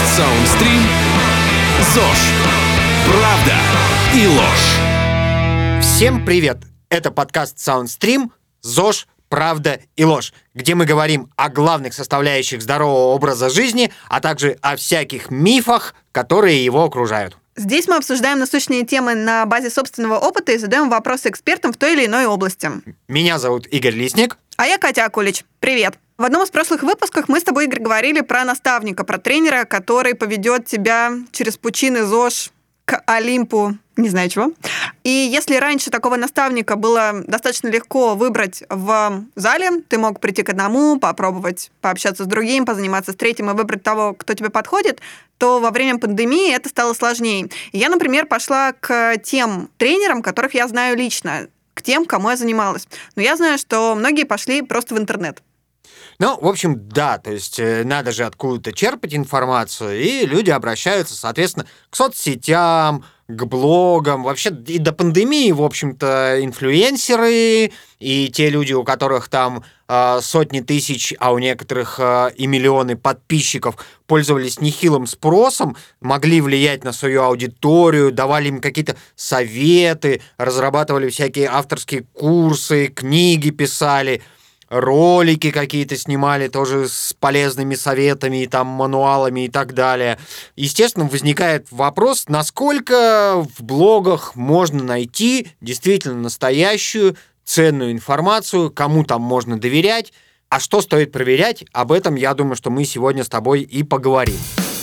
Саундстрим. ЗОЖ. Правда и ложь. Всем привет! Это подкаст Soundstream «ЗОЖ. Правда и ложь», где мы говорим о главных составляющих здорового образа жизни, а также о всяких мифах, которые его окружают. Здесь мы обсуждаем насущные темы на базе собственного опыта и задаем вопросы экспертам в той или иной области. Меня зовут Игорь Лисник. А я Катя Акулич. Привет! В одном из прошлых выпусков мы с тобой, Игорь, говорили про наставника, про тренера, который поведет тебя через пучины ЗОЖ к Олимпу, не знаю чего. И если раньше такого наставника было достаточно легко выбрать в зале, ты мог прийти к одному, попробовать пообщаться с другим, позаниматься с третьим и выбрать того, кто тебе подходит, то во время пандемии это стало сложнее. И я, например, пошла к тем тренерам, которых я знаю лично, к тем, кому я занималась. Но я знаю, что многие пошли просто в интернет. Ну, в общем, да, то есть надо же откуда-то черпать информацию, и люди обращаются, соответственно, к соцсетям, к блогам. Вообще и до пандемии, в общем-то, инфлюенсеры и те люди, у которых там сотни тысяч, а у некоторых и миллионы подписчиков, пользовались нехилым спросом, могли влиять на свою аудиторию, давали им какие-то советы, разрабатывали всякие авторские курсы, книги писали, ролики какие-то снимали тоже с полезными советами, и там мануалами и так далее. Естественно, возникает вопрос, насколько в блогах можно найти действительно настоящую ценную информацию, кому там можно доверять, а что стоит проверять, об этом, я думаю, что мы сегодня с тобой и поговорим.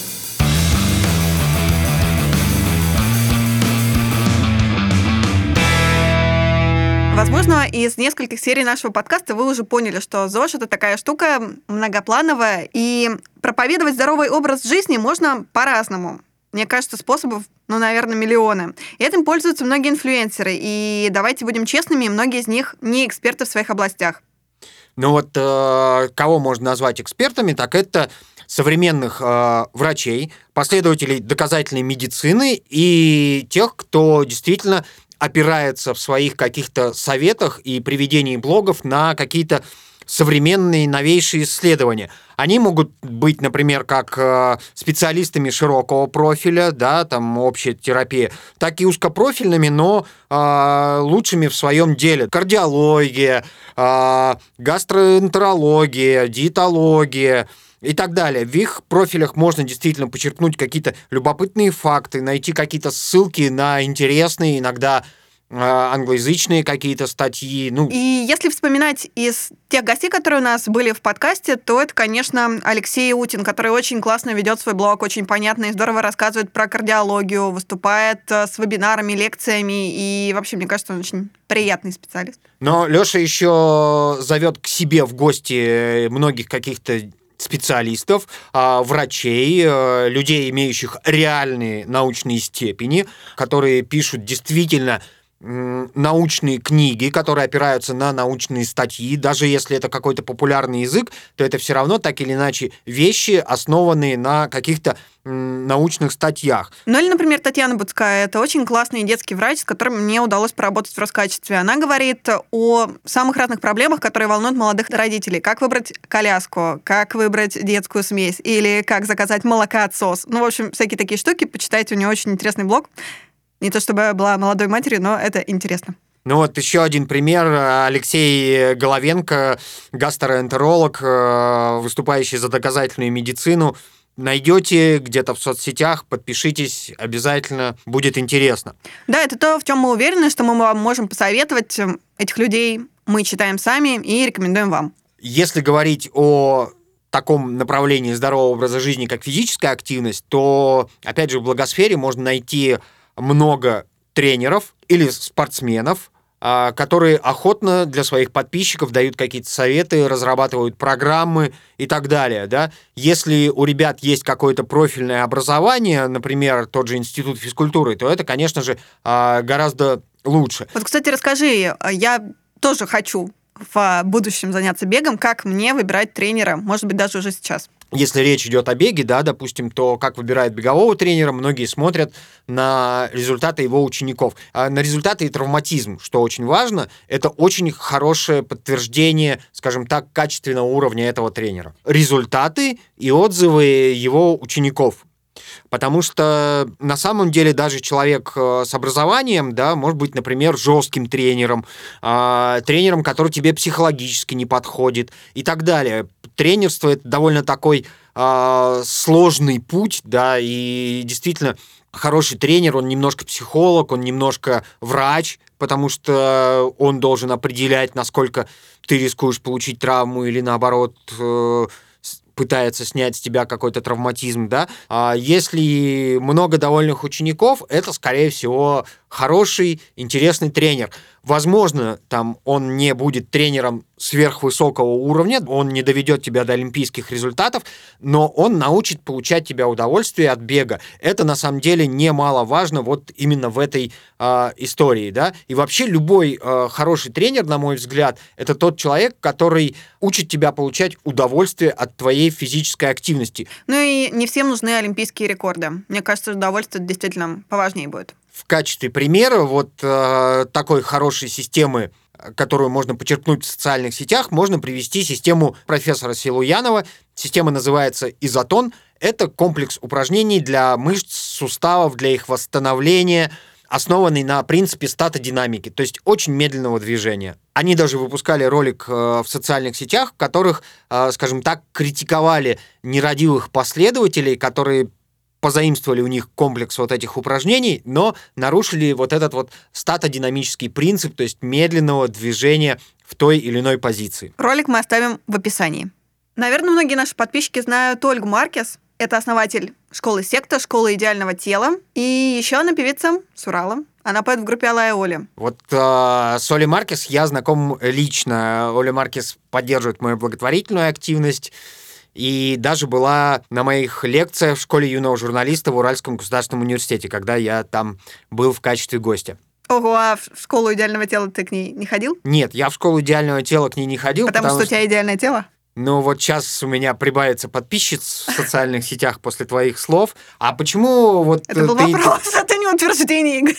Возможно, из нескольких серий нашего подкаста вы уже поняли, что ЗОЖ — это такая штука многоплановая, и проповедовать здоровый образ жизни можно по-разному. Мне кажется, способов, наверное, миллионы. И этим пользуются многие инфлюенсеры, и давайте будем честными, многие из них не эксперты в своих областях. Ну вот кого можно назвать экспертами, так это современных врачей, последователей доказательной медицины и тех, кто действительно опирается в своих каких-то советах и приведении блогов на какие-то современные новейшие исследования. Они могут быть, например, как специалистами широкого профиля, да, там общая терапия, так и узкопрофильными, но лучшими в своем деле. Кардиология, гастроэнтерология, диетология и так далее. В их профилях можно действительно почерпнуть какие-то любопытные факты, найти какие-то ссылки на интересные, иногда англоязычные какие-то статьи. И если вспоминать из тех гостей, которые у нас были в подкасте, то это, конечно, Алексей Утин, который очень классно ведет свой блог, очень понятно и здорово рассказывает про кардиологию, выступает с вебинарами, лекциями, и вообще, мне кажется, он очень приятный специалист. Но Лёша еще зовет к себе в гости многих каких-то специалистов, врачей, людей, имеющих реальные научные степени, которые пишут действительно научные книги, которые опираются на научные статьи. Даже если это какой-то популярный язык, то это все равно так или иначе вещи, основанные на каких-то научных статьях. Или, например, Татьяна Буцкая. Это очень классный детский врач, с которым мне удалось поработать в Роскачестве. Она говорит о самых разных проблемах, которые волнуют молодых родителей. Как выбрать коляску, как выбрать детскую смесь, или как заказать молокоотсос. В общем, всякие такие штуки. Почитайте, у нее очень интересный блог. Не то чтобы я была молодой матерью, но это интересно. Еще один пример. Алексей Головенко, гастроэнтеролог, выступающий за доказательную медицину. Найдете где-то в соцсетях, подпишитесь, обязательно будет интересно. Да, это то, в чем мы уверены, что мы вам можем посоветовать. Этих людей мы читаем сами и рекомендуем вам. Если говорить о таком направлении здорового образа жизни, как физическая активность, то, опять же, в блогосфере можно найти много тренеров или спортсменов, которые охотно для своих подписчиков дают какие-то советы, разрабатывают программы и так далее. Да? Если у ребят есть какое-то профильное образование, например, тот же институт физкультуры, то это, конечно же, гораздо лучше. Кстати, расскажи, я тоже хочу в будущем заняться бегом, как мне выбирать тренера, может быть, даже уже сейчас? Если речь идет о беге, да, допустим, то как выбирают бегового тренера, многие смотрят на результаты его учеников. А на результаты и травматизм, что очень важно, это очень хорошее подтверждение, скажем так, качественного уровня этого тренера. Результаты и отзывы его учеников. Потому что на самом деле даже человек с образованием, да, может быть, например, жестким тренером, тренером, который тебе психологически не подходит и так далее. Тренерство — это довольно такой сложный путь, да, и действительно хороший тренер, он немножко психолог, он немножко врач, потому что он должен определять, насколько ты рискуешь получить травму или, наоборот, пытается снять с тебя какой-то травматизм, да. А если много довольных учеников, это, скорее всего, хороший, интересный тренер. Возможно, там он не будет тренером сверхвысокого уровня, он не доведет тебя до олимпийских результатов, но он научит получать тебя удовольствие от бега. Это, на самом деле, немаловажно вот именно в этой истории, да. И вообще любой хороший тренер, на мой взгляд, это тот человек, который учит тебя получать удовольствие от твоей физической активности. Ну и не всем нужны олимпийские рекорды. Мне кажется, удовольствие действительно поважнее будет. В качестве примера вот такой хорошей системы, которую можно почерпнуть в социальных сетях, можно привести систему профессора Силуянова. Система называется изотон. Это комплекс упражнений для мышц, суставов, для их восстановления, основанный на принципе статодинамики, то есть очень медленного движения. Они даже выпускали ролик в социальных сетях, в которых, скажем так, критиковали нерадивых последователей, которые позаимствовали у них комплекс вот этих упражнений, но нарушили вот этот вот статодинамический принцип, то есть медленного движения в той или иной позиции. Ролик мы оставим в описании. Наверное, многие наши подписчики знают Ольгу Маркес. Это основатель школы «Секта», школы идеального тела. И еще она певица с Урала. Она поет в группе «Алая Оля». Вот с Олей Маркес я знаком лично. Оля Маркес поддерживает мою благотворительную активность. И даже была на моих лекциях в школе юного журналиста в Уральском государственном университете, когда я там был в качестве гостя. Ого, а в школу идеального тела ты к ней не ходил? Нет, я в школу идеального тела к ней не ходил. Потому что у тебя идеальное тело? Ну вот сейчас у меня прибавится подписчиц в социальных сетях после твоих слов. А почему вот... Это был вопрос, это не утверждение, Игорь.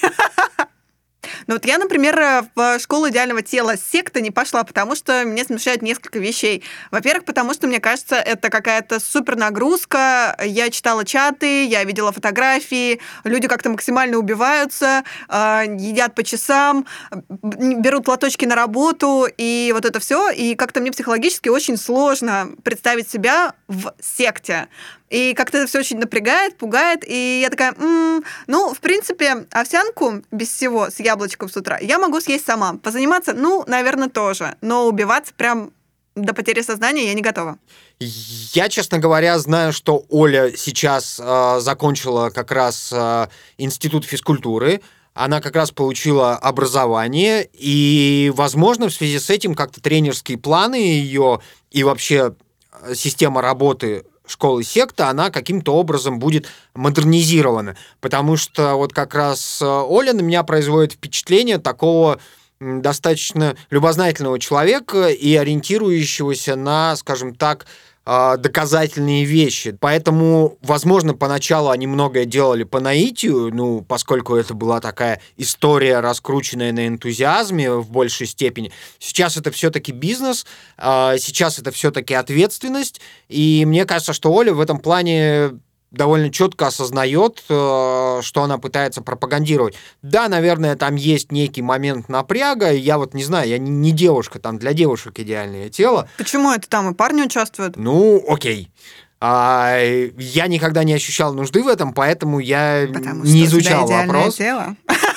Ну вот я, например, в школу идеального тела секта не пошла, потому что меня смущает несколько вещей. Во-первых, потому что, мне кажется, это какая-то супер нагрузка. Я читала чаты, я видела фотографии, люди как-то максимально убиваются, едят по часам, берут лоточки на работу, и вот это все. И как-то мне психологически очень сложно представить себя в секте. И как-то это все очень напрягает, пугает. И я такая, ну, в принципе, овсянку без всего с яблочком с утра я могу съесть сама. Позаниматься, ну, наверное, тоже. Но убиваться прям до потери сознания я не готова. Я, честно говоря, знаю, что Оля сейчас закончила как раз институт физкультуры. Она как раз получила образование. И, возможно, в связи с этим как-то тренерские планы ее и вообще система работы школы секта, она каким-то образом будет модернизирована. Потому что вот как раз Оля на меня производит впечатление такого достаточно любознательного человека и ориентирующегося на, скажем так, доказательные вещи. Поэтому, возможно, поначалу они многое делали по наитию, ну, поскольку это была такая история, раскрученная на энтузиазме в большей степени. Сейчас это все-таки бизнес, сейчас это все-таки ответственность, и мне кажется, что Оля в этом плане довольно четко осознает, что она пытается пропагандировать. Да, наверное, там есть некий момент напряга, я вот не знаю, я не девушка, там для девушек идеальное тело. Почему это там и парни участвуют? Ну, окей. Я никогда не ощущал нужды в этом, поэтому я не изучал вопрос. Тело.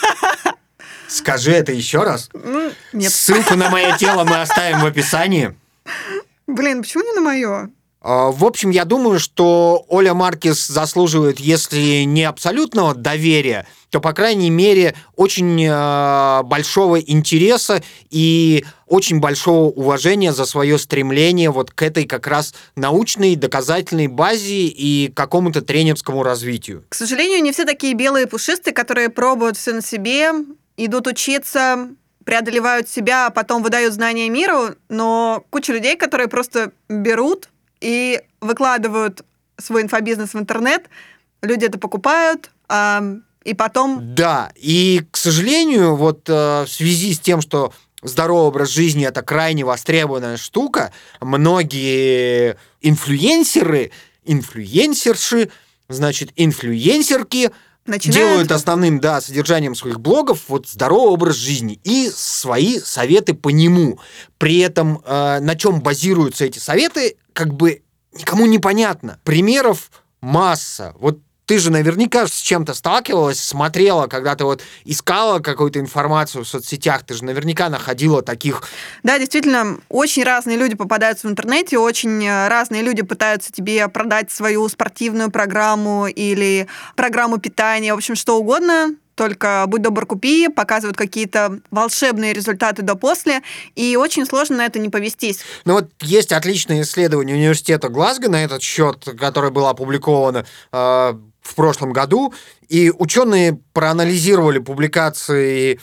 Скажи это еще раз. Нет. Ссылку на мое тело мы оставим в описании. Блин, почему не на мое? В общем, я думаю, что Оля Маркес заслуживает, если не абсолютного доверия, то, по крайней мере, очень большого интереса и очень большого уважения за свое стремление вот к этой как раз научной, доказательной базе и какому-то тренерскому развитию. К сожалению, не все такие белые пушистые, которые пробуют все на себе, идут учиться, преодолевают себя, а потом выдают знания миру, но куча людей, которые просто берут и выкладывают свой инфобизнес в интернет, люди это покупают, и потом... Да, и, к сожалению, вот в связи с тем, что здоровый образ жизни – это крайне востребованная штука, многие инфлюенсеры, инфлюенсерши значит, инфлюенсерки Начинают. делают основным, содержанием своих блогов вот здоровый образ жизни и свои советы по нему. При этом на чем базируются эти советы, как бы никому не понятно. Примеров масса. Вот ты же наверняка с чем-то сталкивалась, смотрела, когда ты вот искала какую-то информацию в соцсетях, ты же наверняка находила таких... Да, действительно, очень разные люди попадаются в интернете, очень разные люди пытаются тебе продать свою спортивную программу или программу питания, в общем, что угодно. Только будь добр, купи, показывают какие-то волшебные результаты до-после, и очень сложно на это не повестись. Ну вот есть отличное исследование университета Глазго на этот счет, которое было опубликовано в прошлом году, и ученые проанализировали публикации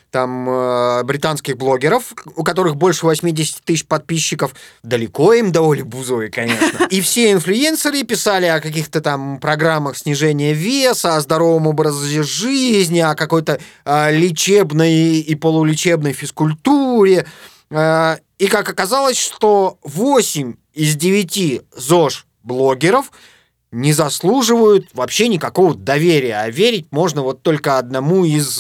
там британских блогеров, у которых больше 80 тысяч подписчиков, далеко им до Оли Бузовой, конечно. И все инфлюенсеры писали о каких-то там программах снижения веса, о здоровом образе жизни, о какой-то лечебной и полулечебной физкультуре. И как оказалось, что 8 из 9 ЗОЖ-блогеров не заслуживают вообще никакого доверия, а верить можно вот только одному из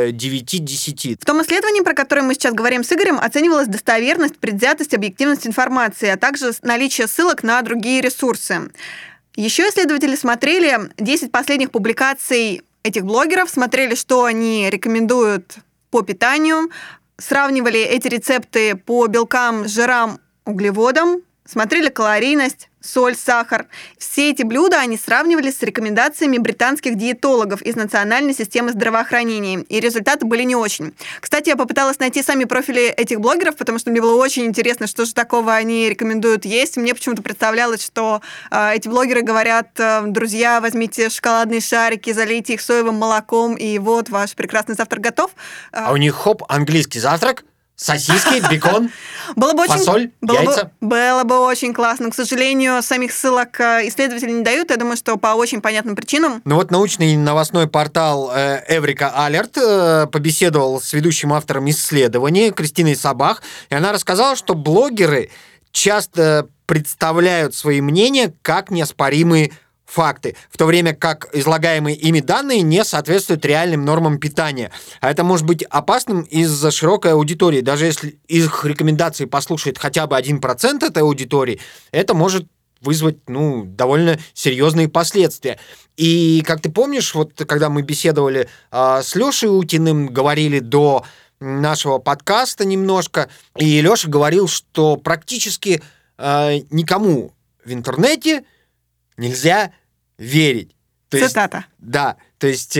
9-10. В том исследовании, про которое мы сейчас говорим с Игорем, оценивалась достоверность, предвзятость, объективность информации, а также наличие ссылок на другие ресурсы. Еще исследователи смотрели 10 последних публикаций этих блогеров, смотрели, что они рекомендуют по питанию, сравнивали эти рецепты по белкам, жирам, углеводам, смотрели калорийность, соль, сахар. Все эти блюда они сравнивали с рекомендациями британских диетологов из Национальной системы здравоохранения, и результаты были не очень. Кстати, я попыталась найти сами профили этих блогеров, потому что мне было очень интересно, что же такого они рекомендуют есть. Мне почему-то представлялось, что эти блогеры говорят: друзья, возьмите шоколадные шарики, залейте их соевым молоком, и вот ваш прекрасный завтрак готов. А у них, английский завтрак, сосиски, бекон, фасоль, яйца. Было бы очень классно. К сожалению, самих ссылок исследователи не дают. Я думаю, что по очень понятным причинам. Ну вот научный новостной портал Эврика Алерт побеседовал с ведущим автором исследования Кристиной Сабах, и она рассказала, что блогеры часто представляют свои мнения как неоспоримые факты, в то время как излагаемые ими данные не соответствуют реальным нормам питания. А это может быть опасным из-за широкой аудитории. Даже если их рекомендации послушает хотя бы 1% этой аудитории, это может вызвать, довольно серьезные последствия. И, как ты помнишь, вот когда мы беседовали с Лешей Утиным, говорили до нашего подкаста немножко, и Леша говорил, что практически никому в интернете нельзя верить. Цитата. Да, то есть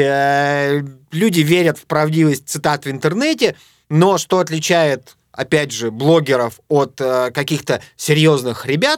люди верят в правдивость цитат в интернете, но что отличает, опять же, блогеров от каких-то серьезных ребят,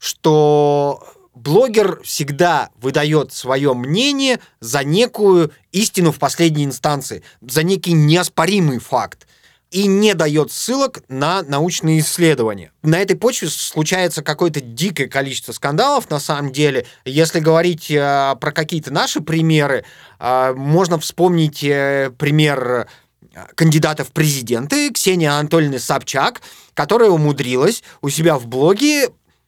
что блогер всегда выдает свое мнение за некую истину в последней инстанции, за некий неоспоримый факт, и не дает ссылок на научные исследования. На этой почве случается какое-то дикое количество скандалов, на самом деле. Если говорить про какие-то наши примеры, можно вспомнить пример кандидата в президенты Ксении Анатольевны Собчак, которая умудрилась у себя в блоге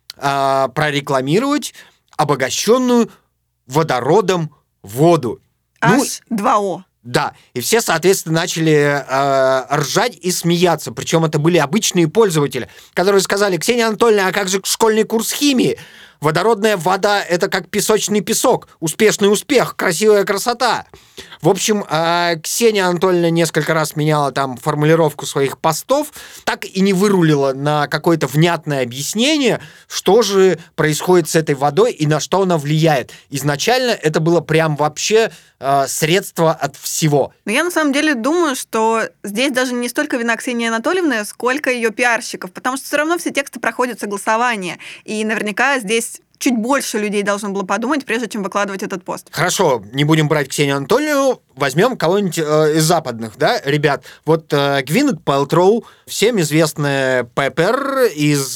прорекламировать обогащенную водородом воду. H2O. Да, и все, соответственно, начали ржать и смеяться. Причем это были обычные пользователи, которые сказали: Ксения Анатольевна, а как же школьный курс химии? Водородная вода – это как песочный песок. Успешный успех, красивая красота. В общем, Ксения Анатольевна несколько раз меняла там формулировку своих постов, так и не вырулила на какое-то внятное объяснение, что же происходит с этой водой и на что она влияет. Изначально это было прям вообще средство от всего. Но я на самом деле думаю, что здесь даже не столько вина Ксении Анатольевны, сколько ее пиарщиков, потому что все равно все тексты проходят согласование, и наверняка здесь чуть больше людей должно было подумать, прежде чем выкладывать этот пост. Хорошо, не будем брать Ксению Анатольевну, возьмем кого-нибудь из западных, да, ребят. Вот Гвинет Пэлтроу, всем известная Пеппер из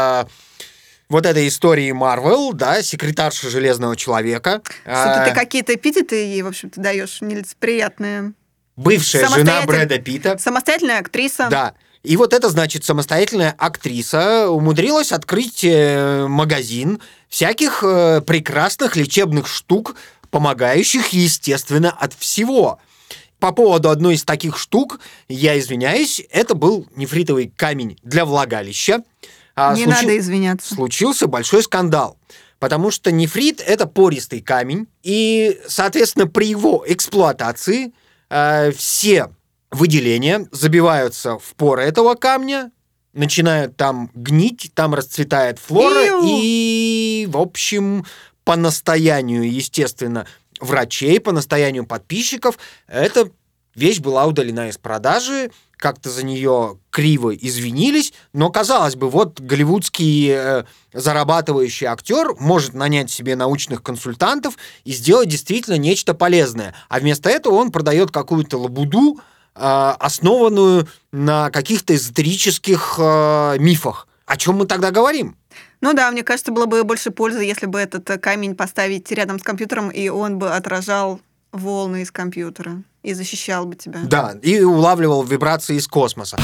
вот этой истории Марвел, да, секретарша Железного Человека. Что-то ты какие-то эпитеты ей, в общем-то, даешь нелицеприятные. Бывшая жена Брэда Питта. Самостоятельная актриса. Да. И вот эта, значит, самостоятельная актриса умудрилась открыть магазин всяких прекрасных лечебных штук, помогающих, естественно, от всего. По поводу одной из таких штук, я извиняюсь, это был нефритовый камень для влагалища. Не надо извиняться. Случился большой скандал, потому что нефрит – это пористый камень, и, соответственно, при его эксплуатации все выделения забиваются в поры этого камня, начинают там гнить, там расцветает флора, и, в общем, по настоянию, естественно, врачей, по настоянию подписчиков, эта вещь была удалена из продажи, как-то за нее криво извинились, но, казалось бы, вот голливудский зарабатывающий актер может нанять себе научных консультантов и сделать действительно нечто полезное, а вместо этого он продает какую-то лабуду, основанную на каких-то эзотерических мифах. О чем мы тогда говорим? Ну да, мне кажется, было бы больше пользы, если бы этот камень поставить рядом с компьютером, и он бы отражал волны из компьютера и защищал бы тебя. Да, и улавливал вибрации из космоса.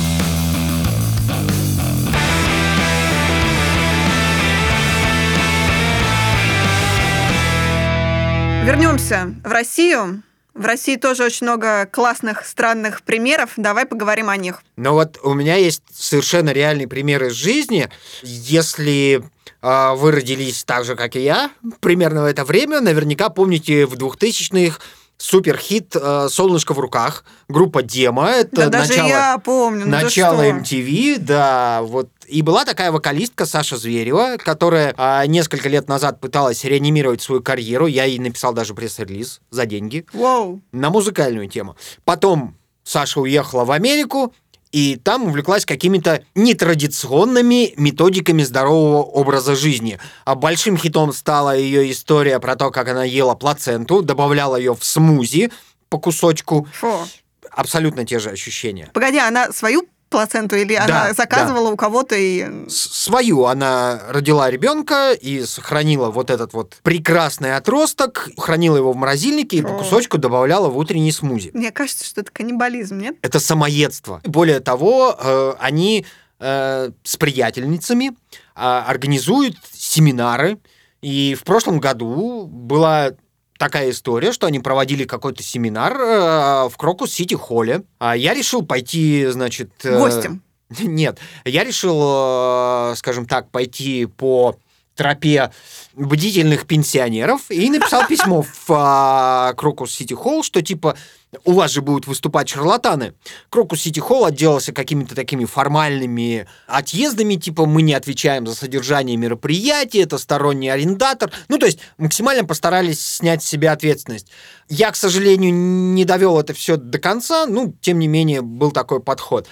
Вернемся в Россию. В России тоже очень много классных, странных примеров. Давай поговорим о них. Но вот у меня есть совершенно реальный пример из жизни. Если вы родились так же, как и я, примерно в это время, наверняка помните в 2000-х суперхит «Солнышко в руках», группа «Демо». Это да, начало, даже я помню. начало MTV, да, вот. И была такая вокалистка Саша Зверева, которая несколько лет назад пыталась реанимировать свою карьеру. Я ей написал даже пресс-релиз за деньги. Воу. На музыкальную тему. Потом Саша уехала в Америку, и там увлеклась какими-то нетрадиционными методиками здорового образа жизни. А большим хитом стала ее история про то, как она ела плаценту, добавляла ее в смузи по кусочку. Фу. Абсолютно те же ощущения. Погоди, она свою плаценту или она заказывала у кого-то и... Свою. Она родила ребенка и сохранила вот этот вот прекрасный отросток, хранила его в морозильнике и по кусочку добавляла в утренний смузи. Мне кажется, что это каннибализм, нет? Это самоедство. Более того, они с приятельницами организуют семинары. И в прошлом году была такая история, что они проводили какой-то семинар в Крокус-Сити-холле. Я решил пойти, значит... Гостем? Нет. Я решил, скажем так, пойти по тропе бдительных пенсионеров и написал письмо в Крокус-Сити-холл, что типа у вас же будут выступать шарлатаны. Крокус-Сити-холл отделался какими-то такими формальными отъездами, типа мы не отвечаем за содержание мероприятия, это сторонний арендатор. Ну, то есть максимально постарались снять с себя ответственность. Я, к сожалению, не довел это все до конца, ну, тем не менее, был такой подход.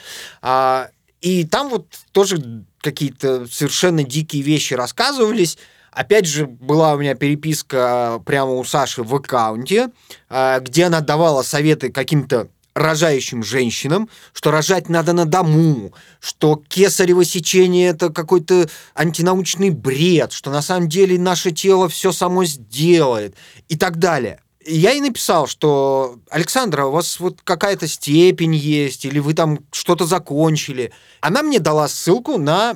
И там вот тоже какие-то совершенно дикие вещи рассказывались. Опять же, была у меня переписка прямо у Саши в аккаунте, где она давала советы каким-то рожающим женщинам, что рожать надо на дому, что кесарево сечение – это какой-то антинаучный бред, что на самом деле наше тело все само сделает и так далее. И я ей написал, что Александра, у вас вот какая-то степень есть, или вы там что-то закончили. Она мне дала ссылку на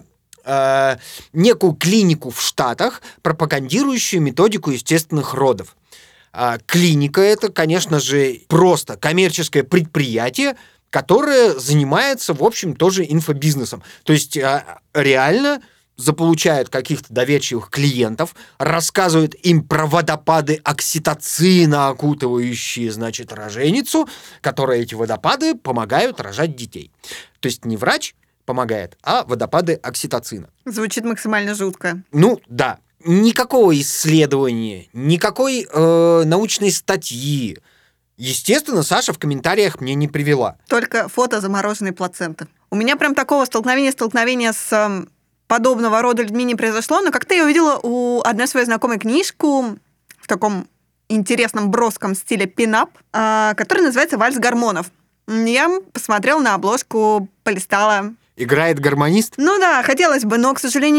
некую клинику в Штатах, пропагандирующую методику естественных родов. Клиника – это, конечно же, просто коммерческое предприятие, которое занимается, в общем, тоже инфобизнесом. То есть реально заполучают каких-то доверчивых клиентов, рассказывают им про водопады окситоцина, окутывающие, значит, роженицу, которые эти водопады помогают рожать детей. То есть не врач помогает, а водопады окситоцина. Звучит максимально жутко. Ну, да. Никакого исследования, никакой научной статьи. Естественно, Саша в комментариях мне не привела. Только фото замороженной плаценты. У меня прям такого столкновения с подобного рода людьми не произошло, но как-то я увидела у одной своей знакомой книжку в таком интересном броском стиле пин-ап, который называется «Вальс гормонов». Я посмотрела на обложку, полистала. Играет гармонист? Ну да, хотелось бы, но, к сожалению, нет.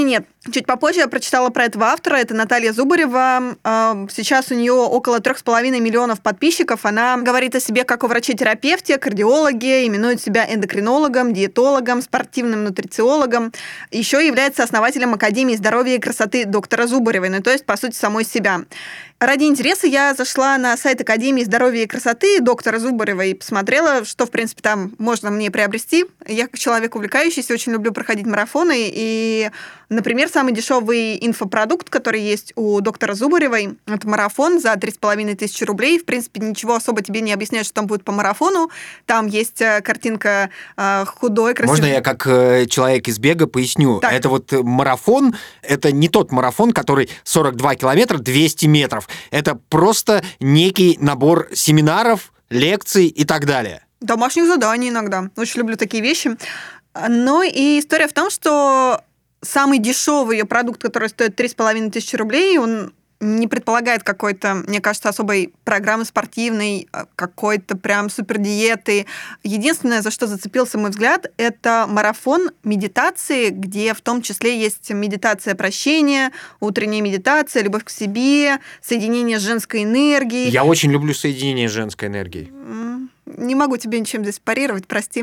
Чуть попозже я прочитала про этого автора, это Наталья Зубарева. Сейчас у нее около 3,5 миллионов подписчиков. Она говорит о себе как о враче-терапевте, кардиологе, именует себя эндокринологом, диетологом, спортивным нутрициологом. Еще является основателем Академии здоровья и красоты доктора Зубаревой, ну то есть, по сути, самой себя. Ради интереса я зашла на сайт Академии здоровья и красоты доктора Зубаревой и посмотрела, что, в принципе, там можно мне приобрести. Я, как человек увлекающийся, очень люблю проходить марафоны. И, например, самый дешевый инфопродукт, который есть у доктора Зубаревой, это марафон за 3500 рублей. В принципе, ничего особо тебе не объясняют, что там будет по марафону. Там есть картинка худой, красивой. Можно я как человек из бега поясню? Так. Это вот марафон, это не тот марафон, который 42 километра, 200 метров. Это просто некий набор семинаров, лекций и так далее. Домашних заданий иногда. Очень люблю такие вещи. Ну и история в том, что самый дешевый ее продукт, который стоит 3500 рублей, он не предполагает какой-то, мне кажется, особой программы спортивной, какой-то прям супердиеты. Единственное, за что зацепился мой взгляд, это марафон медитации, где в том числе есть медитация прощения, утренняя медитация, любовь к себе, соединение с женской энергией. Я очень люблю соединение с женской энергией. Не могу тебе ничем здесь парировать, прости.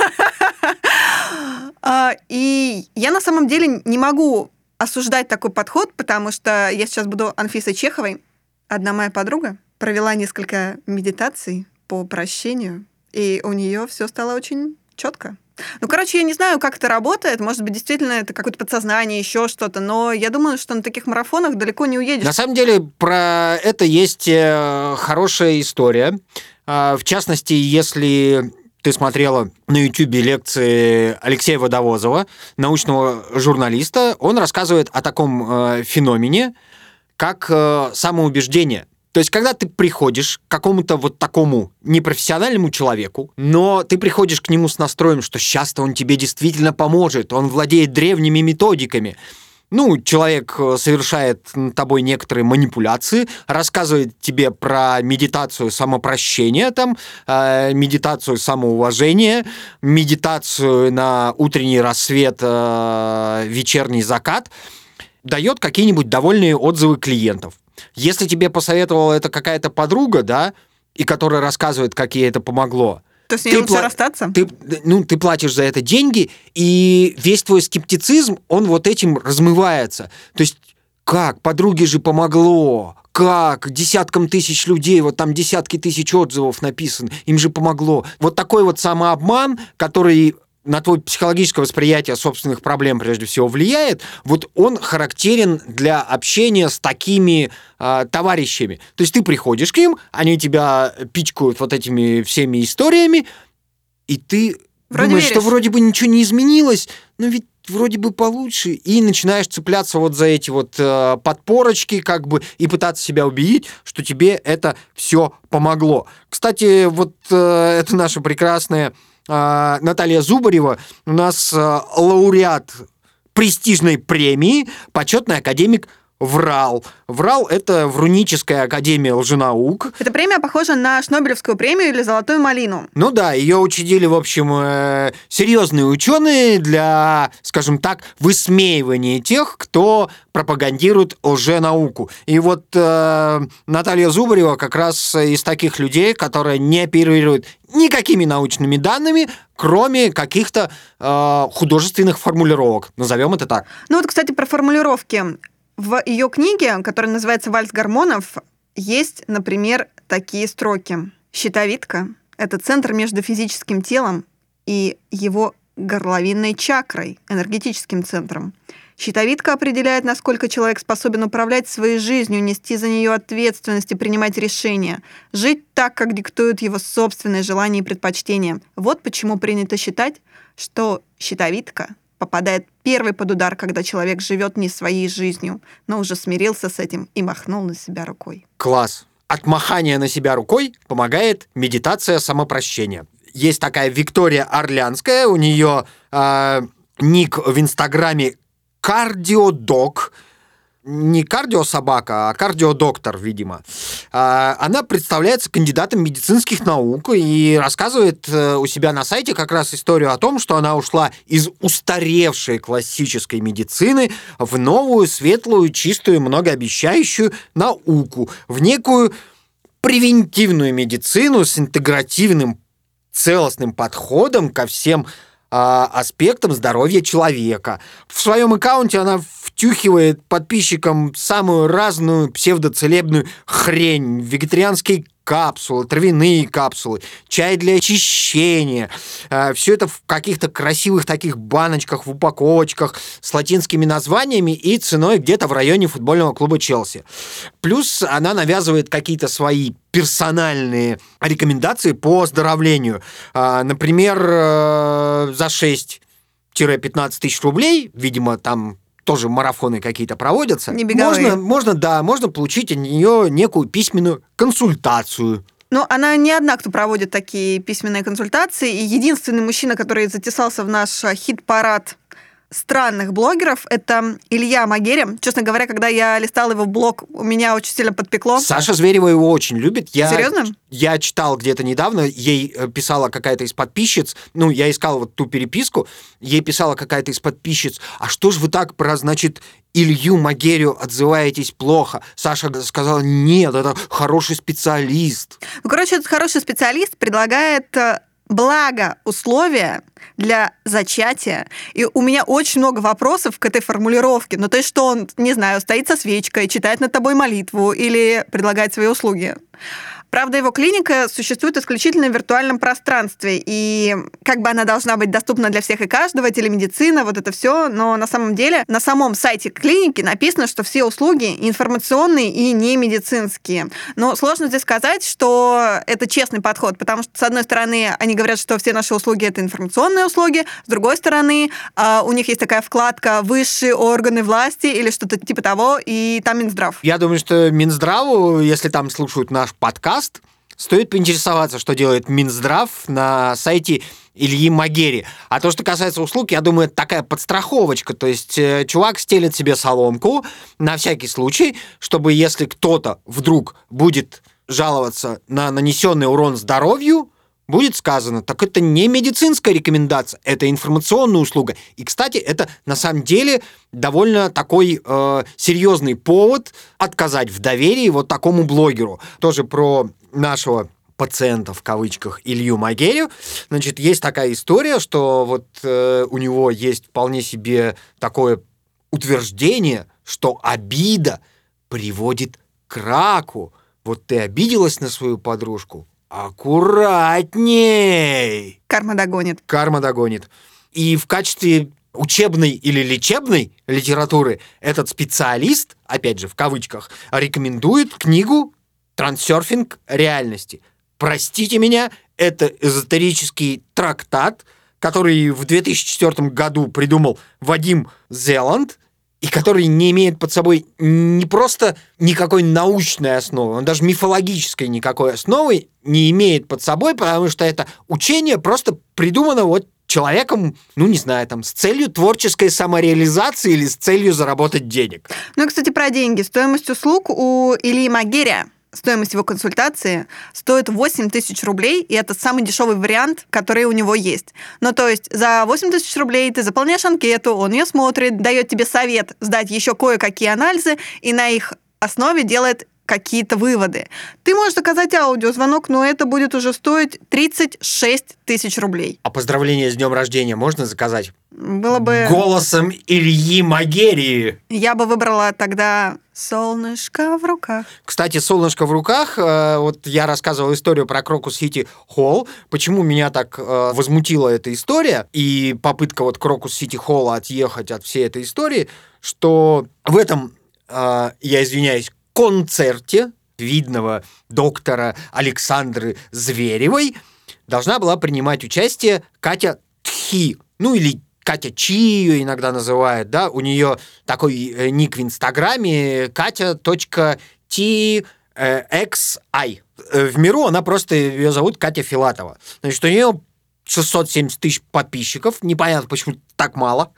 И я на самом деле не могу осуждать такой подход, потому что я сейчас буду Анфисой Чеховой. Одна моя подруга провела несколько медитаций по прощению, и у нее все стало очень четко. Ну, короче, я не знаю, как это работает. Может быть, действительно, это какое-то подсознание, еще что-то. Но я думаю, что на таких марафонах далеко не уедешь. На самом деле, про это есть хорошая история. В частности, если ты смотрела на YouTube лекции Алексея Водовозова, научного журналиста, он рассказывает о таком феномене, как самоубеждение. То есть, когда ты приходишь к какому-то вот такому непрофессиональному человеку, но ты приходишь к нему с настроем, что сейчас-то он тебе действительно поможет, он владеет древними методиками. Ну, человек совершает над тобой некоторые манипуляции, рассказывает тебе про медитацию самопрощения, там, медитацию самоуважения, медитацию на утренний рассвет, вечерний закат, дает какие-нибудь довольные отзывы клиентов. Если тебе посоветовала это какая-то подруга, да, и которая рассказывает, как ей это помогло, то с ней лучше расстаться? Ты платишь за это деньги, и весь твой скептицизм, он вот этим размывается. То есть, как? Подруге же помогло. Как? Десяткам тысяч людей, вот там десятки тысяч отзывов написано, им же помогло. Вот такой вот самообман, который на твое психологическое восприятие собственных проблем прежде всего влияет, вот он характерен для общения с такими товарищами. То есть ты приходишь к ним, они тебя пичкают вот этими всеми историями, и ты думаешь, что вроде бы ничего не изменилось, но ведь вроде бы получше, и начинаешь цепляться вот за эти вот подпорочки, как бы, и пытаться себя убедить, что тебе это все помогло. Кстати, вот это наша прекрасная Наталья Зубарева, у нас лауреат престижной премии, почетный академик ВРАЛ. ВРАЛ — это Вруническая академия лженаук. Эта премия похожа на Шнобелевскую премию или Золотую малину. Ну да, ее учредили, в общем, серьезные ученые для, скажем так, высмеивания тех, кто пропагандирует лженауку. И вот Наталья Зубарева как раз из таких людей, которая не оперирует никакими научными данными, кроме каких-то художественных формулировок. Назовем это так. Ну вот, кстати, про формулировки. В ее книге, которая называется «Вальс гормонов», есть, например, такие строки. «Щитовидка – это центр между физическим телом и его горловинной чакрой, энергетическим центром. Щитовидка определяет, насколько человек способен управлять своей жизнью, нести за нее ответственность и принимать решения, жить так, как диктуют его собственные желания и предпочтения. Вот почему принято считать, что щитовидка попадает первый под удар, когда человек живет не своей жизнью, но уже смирился с этим и махнул на себя рукой». Класс. От махания на себя рукой помогает медитация самопрощения. Есть такая Виктория Орлянская, у нее ник в Инстаграме «Кардиодок». не кардиособака, а кардиодоктор, видимо. Она представляется кандидатом медицинских наук и рассказывает у себя на сайте как раз историю о том, что она ушла из устаревшей классической медицины в новую, светлую, чистую, многообещающую науку, в некую превентивную медицину с интегративным целостным подходом ко всем аспектам здоровья человека. В своем аккаунте она втюхивает подписчикам самую разную псевдоцелебную хрень. Вегетарианские капсулы, травяные капсулы, чай для очищения. Все это в каких-то красивых таких баночках, в упаковочках с латинскими названиями и ценой где-то в районе футбольного клуба Челси. Плюс она навязывает какие-то свои персональные рекомендации по оздоровлению. Например, за 6-15 тысяч рублей, видимо, там тоже марафоны какие-то проводятся. Не беговые. Можно получить от нее некую письменную консультацию. Ну, она не одна, кто проводит такие письменные консультации. И единственный мужчина, который затесался в наш хит-парад странных блогеров, это Илья Магеря. Честно говоря, когда я листала его блог, у меня очень сильно подпекло. Саша Зверева его очень любит. Серьезно? Я читал где-то недавно, ей писала какая-то из подписчиц, я искал вот ту переписку, ей писала какая-то из подписчиц, а что ж вы так про, значит, Илью Магерю отзываетесь плохо? Саша сказала, нет, это хороший специалист. Этот хороший специалист предлагает условия для зачатия. И у меня очень много вопросов к этой формулировке. То есть, что он, не знаю, стоит со свечкой, читает над тобой молитву или предлагает свои услуги. Правда, его клиника существует исключительно в виртуальном пространстве, и как бы она должна быть доступна для всех и каждого, телемедицина, вот это все, но на самом деле на самом сайте клиники написано, что все услуги информационные и не медицинские. Но сложно здесь сказать, что это честный подход, потому что, с одной стороны, они говорят, что все наши услуги — это информационные услуги, с другой стороны, у них есть такая вкладка «Высшие органы власти» или что-то типа того, и там Минздрав. Я думаю, что Минздраву, если там слушают наш подкаст, стоит поинтересоваться, что делает Минздрав на сайте Ильи Магери. А то, что касается услуг, я думаю, это такая подстраховочка. То есть чувак стелит себе соломку на всякий случай, чтобы если кто-то вдруг будет жаловаться на нанесенный урон здоровью, будет сказано, так это не медицинская рекомендация, это информационная услуга. И, кстати, это на самом деле довольно такой серьезный повод отказать в доверии вот такому блогеру. Тоже про нашего пациента, в кавычках, Илью Магерю. Значит, есть такая история, что вот у него есть вполне себе такое утверждение, что обида приводит к раку. Вот ты обиделась на свою подружку, аккуратней. Карма догонит. И в качестве учебной или лечебной литературы этот специалист, опять же, в кавычках, рекомендует книгу «Трансерфинг реальности». Простите меня, это эзотерический трактат, который в 2004 году придумал Вадим Зеланд, и который не имеет под собой не просто никакой научной основы, он даже мифологической никакой основы не имеет под собой, потому что это учение просто придумано вот человеком, не знаю, там, с целью творческой самореализации или с целью заработать денег. И, кстати, про деньги. Стоимость услуг у Ильи Магеря, стоимость его консультации стоит 8 тысяч рублей, и это самый дешевый вариант, который у него есть. То есть за 8 тысяч рублей ты заполняешь анкету, он ее смотрит, дает тебе совет сдать еще кое-какие анализы, и на их основе делает какие-то выводы. Ты можешь заказать аудиозвонок, но это будет уже стоить 36 тысяч рублей. А поздравления с днем рождения можно заказать? Было бы... Голосом Ильи Магерии. Я бы выбрала тогда «Солнышко в руках». Кстати, «Солнышко в руках», вот я рассказывал историю про Крокус Сити Холл. Почему меня так возмутила эта история и попытка вот Крокус Сити Холла отъехать от всей этой истории, что в этом, я извиняюсь, концерте видного доктора Александры Зверевой должна была принимать участие Катя Тхи, или Катя Чи ее иногда называют, да, у нее такой ник в Инстаграме Katya.txi. В миру она просто, ее зовут Катя Филатова. Значит, у нее 670 тысяч подписчиков, непонятно, почему так мало.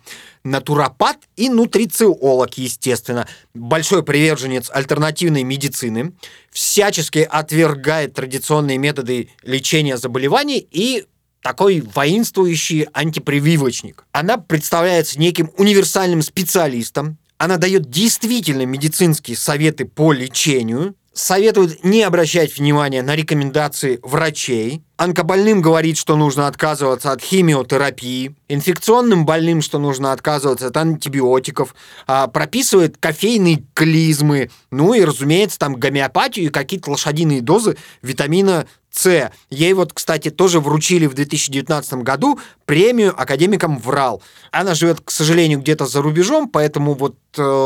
Натуропат и нутрициолог, естественно. Большой приверженец альтернативной медицины, всячески отвергает традиционные методы лечения заболеваний и такой воинствующий антипрививочник. Она представляется неким универсальным специалистом, она дает действительно медицинские советы по лечению, советует не обращать внимания на рекомендации врачей. Онкобольным говорит, что нужно отказываться от химиотерапии. Инфекционным больным, что нужно отказываться от антибиотиков. Прописывает кофейные клизмы. Ну и, разумеется, там гомеопатию и какие-то лошадиные дозы витамина С. Ей вот, кстати, тоже вручили в 2019 году премию академикам ВРАЛ. Она живет, к сожалению, где-то за рубежом, поэтому вот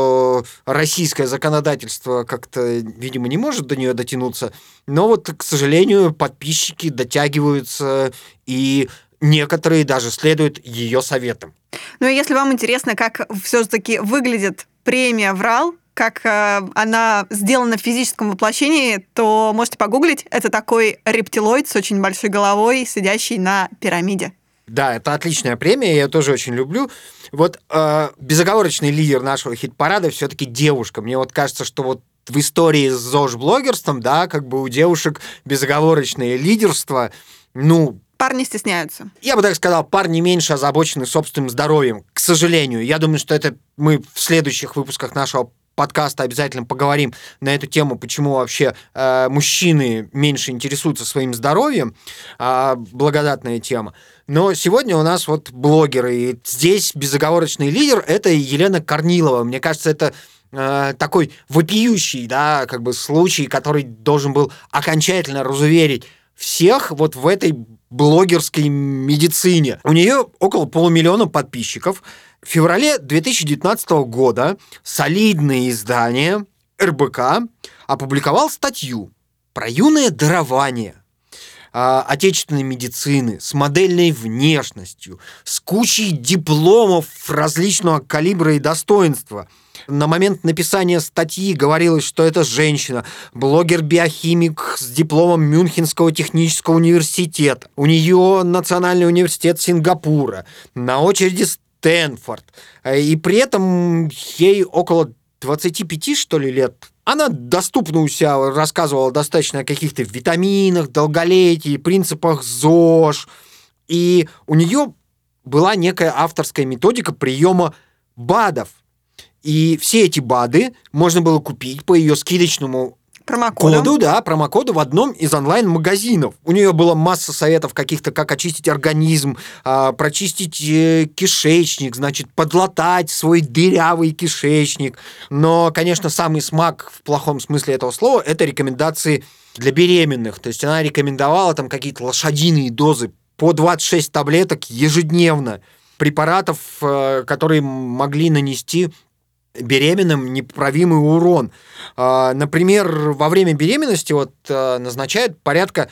российское законодательство как-то, видимо, не может до нее дотянуться. Но вот, к сожалению, подписчики дотягиваются, и некоторые даже следуют ее советам. Ну и если вам интересно, как все-таки выглядит премия ВРАЛ, как она сделана в физическом воплощении, то можете погуглить. Это такой рептилоид с очень большой головой, сидящий на пирамиде. Да, это отличная премия, я ее тоже очень люблю. Вот безоговорочный лидер нашего хит-парада все-таки девушка. Мне вот кажется, что вот в истории с ЗОЖ-блогерством, да, как бы у девушек безоговорочное лидерство, ну... Парни стесняются. Я бы так сказал, парни меньше озабочены собственным здоровьем, к сожалению. Я думаю, что это мы в следующих выпусках нашего подкаста обязательно поговорим на эту тему, почему вообще мужчины меньше интересуются своим здоровьем. Благодатная тема. Но сегодня у нас вот блогеры, и здесь безоговорочный лидер – это Елена Корнилова. Мне кажется, это такой вопиющий, да, как бы случай, который должен был окончательно разуверить всех вот в этой блогерской медицине. У нее около 500 000 подписчиков. В феврале 2019 года солидное издание РБК опубликовало статью про юное дарование отечественной медицины с модельной внешностью, с кучей дипломов различного калибра и достоинства. На момент написания статьи говорилось, что это женщина, блогер-биохимик с дипломом Мюнхенского технического университета. У нее Национальный университет Сингапура, на очереди Стэнфорд. И при этом ей около 25, что ли, лет. Она доступно у себя рассказывала достаточно о каких-то витаминах, долголетии, принципах ЗОЖ. И у нее была некая авторская методика приема БАДов. И все эти БАДы можно было купить по ее скидочному промокоду в одном из онлайн-магазинов. У нее была масса советов каких-то, как очистить организм, прочистить кишечник, значит, подлатать свой дырявый кишечник. Но, конечно, самый смак в плохом смысле этого слова – это рекомендации для беременных. То есть она рекомендовала там какие-то лошадиные дозы по 26 таблеток ежедневно, препаратов, которые могли нанести беременным непоправимый урон. Например, во время беременности назначают порядка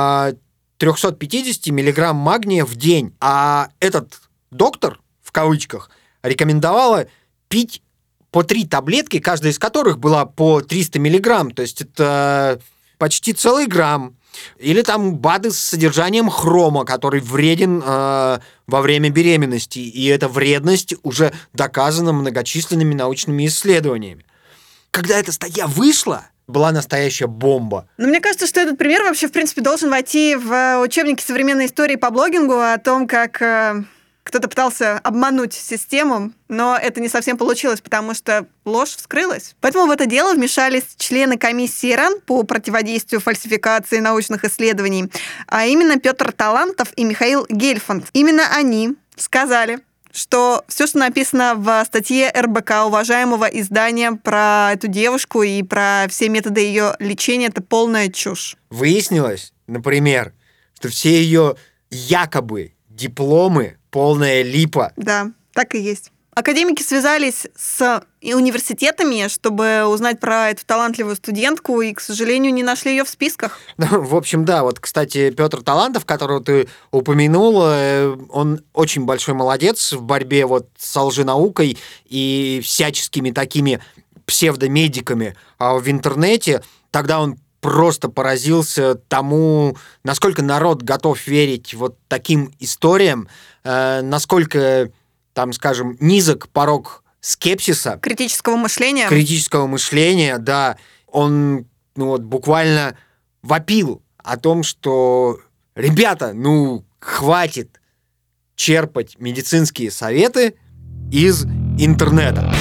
350 миллиграмм магния в день. А этот доктор, в кавычках, рекомендовала пить по 3 таблетки, каждая из которых была по 300 миллиграмм. То есть это почти целый грамм. Или там БАДы с содержанием хрома, который вреден во время беременности. И эта вредность уже доказана многочисленными научными исследованиями. Когда эта статья вышла, была настоящая бомба. Но мне кажется, что этот пример вообще, в принципе, должен войти в учебники современной истории по блогингу о том, как кто-то пытался обмануть систему, но это не совсем получилось, потому что ложь вскрылась. Поэтому в это дело вмешались члены комиссии РАН по противодействию фальсификации научных исследований, а именно Петр Талантов и Михаил Гельфанд. Именно они сказали, что все, что написано в статье РБК, уважаемого издания, про эту девушку и про все методы ее лечения, это полная чушь. Выяснилось, например, что все ее якобы дипломы полная липа. Да, так и есть. Академики связались с университетами, чтобы узнать про эту талантливую студентку, и, к сожалению, не нашли ее в списках. В общем, да, вот, кстати, Петр Талантов, которого ты упомянул, он очень большой молодец в борьбе вот с лженаукой и всяческими такими псевдомедиками в интернете. Тогда он просто поразился тому, насколько народ готов верить вот таким историям, насколько, там, скажем, низок порог скепсиса. Критического мышления. Критического мышления, да. Он буквально вопил о том, что, ребята, хватит черпать медицинские советы из интернета.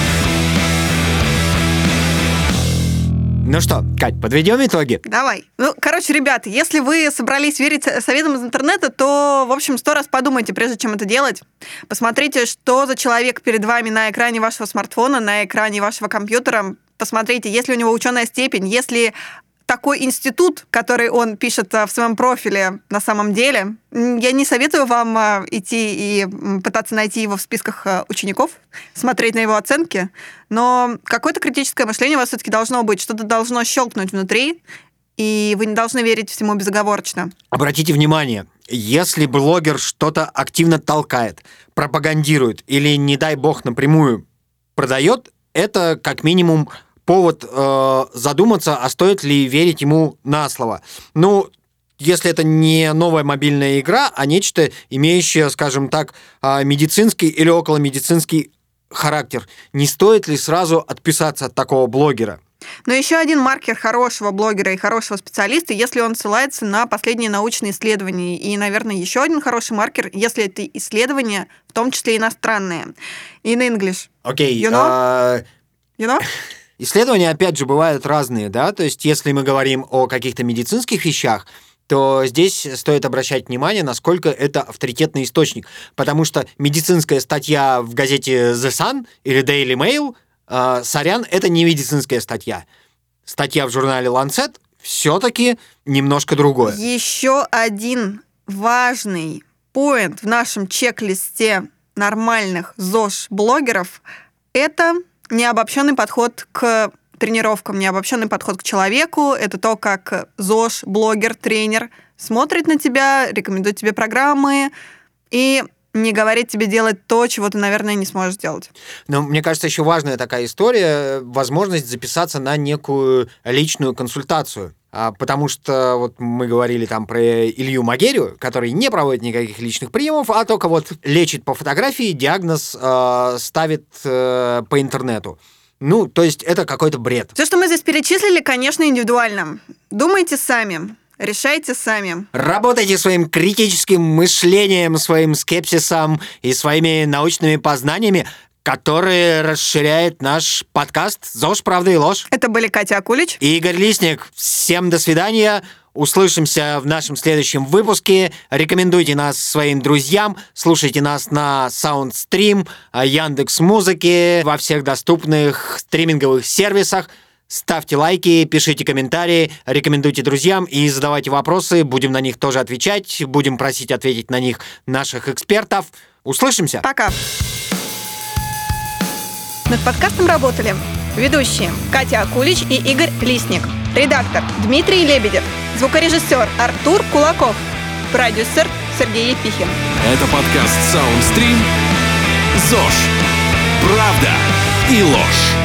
Ну что, Кать, подведем итоги? Давай. Ребята, если вы собрались верить советам из интернета, то, в общем, 100 раз подумайте, прежде чем это делать. Посмотрите, что за человек перед вами на экране вашего смартфона, на экране вашего компьютера. Посмотрите, есть ли у него ученая степень, есть ли такой институт, который он пишет в своем профиле на самом деле. Я не советую вам идти и пытаться найти его в списках учеников, смотреть на его оценки, но какое-то критическое мышление у вас все-таки должно быть, что-то должно щелкнуть внутри, и вы не должны верить всему безоговорочно. Обратите внимание, если блогер что-то активно толкает, пропагандирует или, не дай бог, напрямую продает, это как минимум повод задуматься, а стоит ли верить ему на слово. Если это не новая мобильная игра, а нечто, имеющее, скажем так, медицинский или околомедицинский характер, не стоит ли сразу отписаться от такого блогера? Но еще один маркер хорошего блогера и хорошего специалиста, если он ссылается на последние научные исследования. И, наверное, еще один хороший маркер, если это исследования, в том числе иностранные. In English. Окей. You know? You know? Исследования, опять же, бывают разные, да, то есть если мы говорим о каких-то медицинских вещах, то здесь стоит обращать внимание, насколько это авторитетный источник, потому что медицинская статья в газете The Sun или Daily Mail, сорян, это не медицинская статья. Статья в журнале Lancet все-таки немножко другое. Еще один важный поинт в нашем чек-листе нормальных ЗОЖ-блогеров – это необобщенный подход к тренировкам, необобщенный подход к человеку. Это то, как ЗОЖ, блогер, тренер смотрит на тебя, рекомендует тебе программы и не говорит тебе делать то, чего ты, наверное, не сможешь сделать. Но мне кажется, еще важная такая история — возможность записаться на некую личную консультацию. Потому что вот мы говорили там про Илью Магерию, который не проводит никаких личных приемов, а только вот лечит по фотографии, диагноз ставит по интернету. То есть это какой-то бред. Все, что мы здесь перечислили, конечно, индивидуально. Думайте сами. Решайте сами. Работайте своим критическим мышлением, своим скепсисом и своими научными познаниями, которые расширяет наш подкаст «ЗОЖ. Правда и ложь». Это были Катя Акулич и Игорь Лисник. Всем до свидания. Услышимся в нашем следующем выпуске. Рекомендуйте нас своим друзьям. Слушайте нас на Soundstream, Яндекс.Музыке, во всех доступных стриминговых сервисах. Ставьте лайки, пишите комментарии, рекомендуйте друзьям и задавайте вопросы. Будем на них тоже отвечать. Будем просить ответить на них наших экспертов. Услышимся. Пока. Над подкастом работали ведущие Катя Акулич и Игорь Лисник, редактор Дмитрий Лебедев, звукорежиссер Артур Кулаков, продюсер Сергей Епихин. Это подкаст Soundstream. ЗОЖ. Правда и ложь.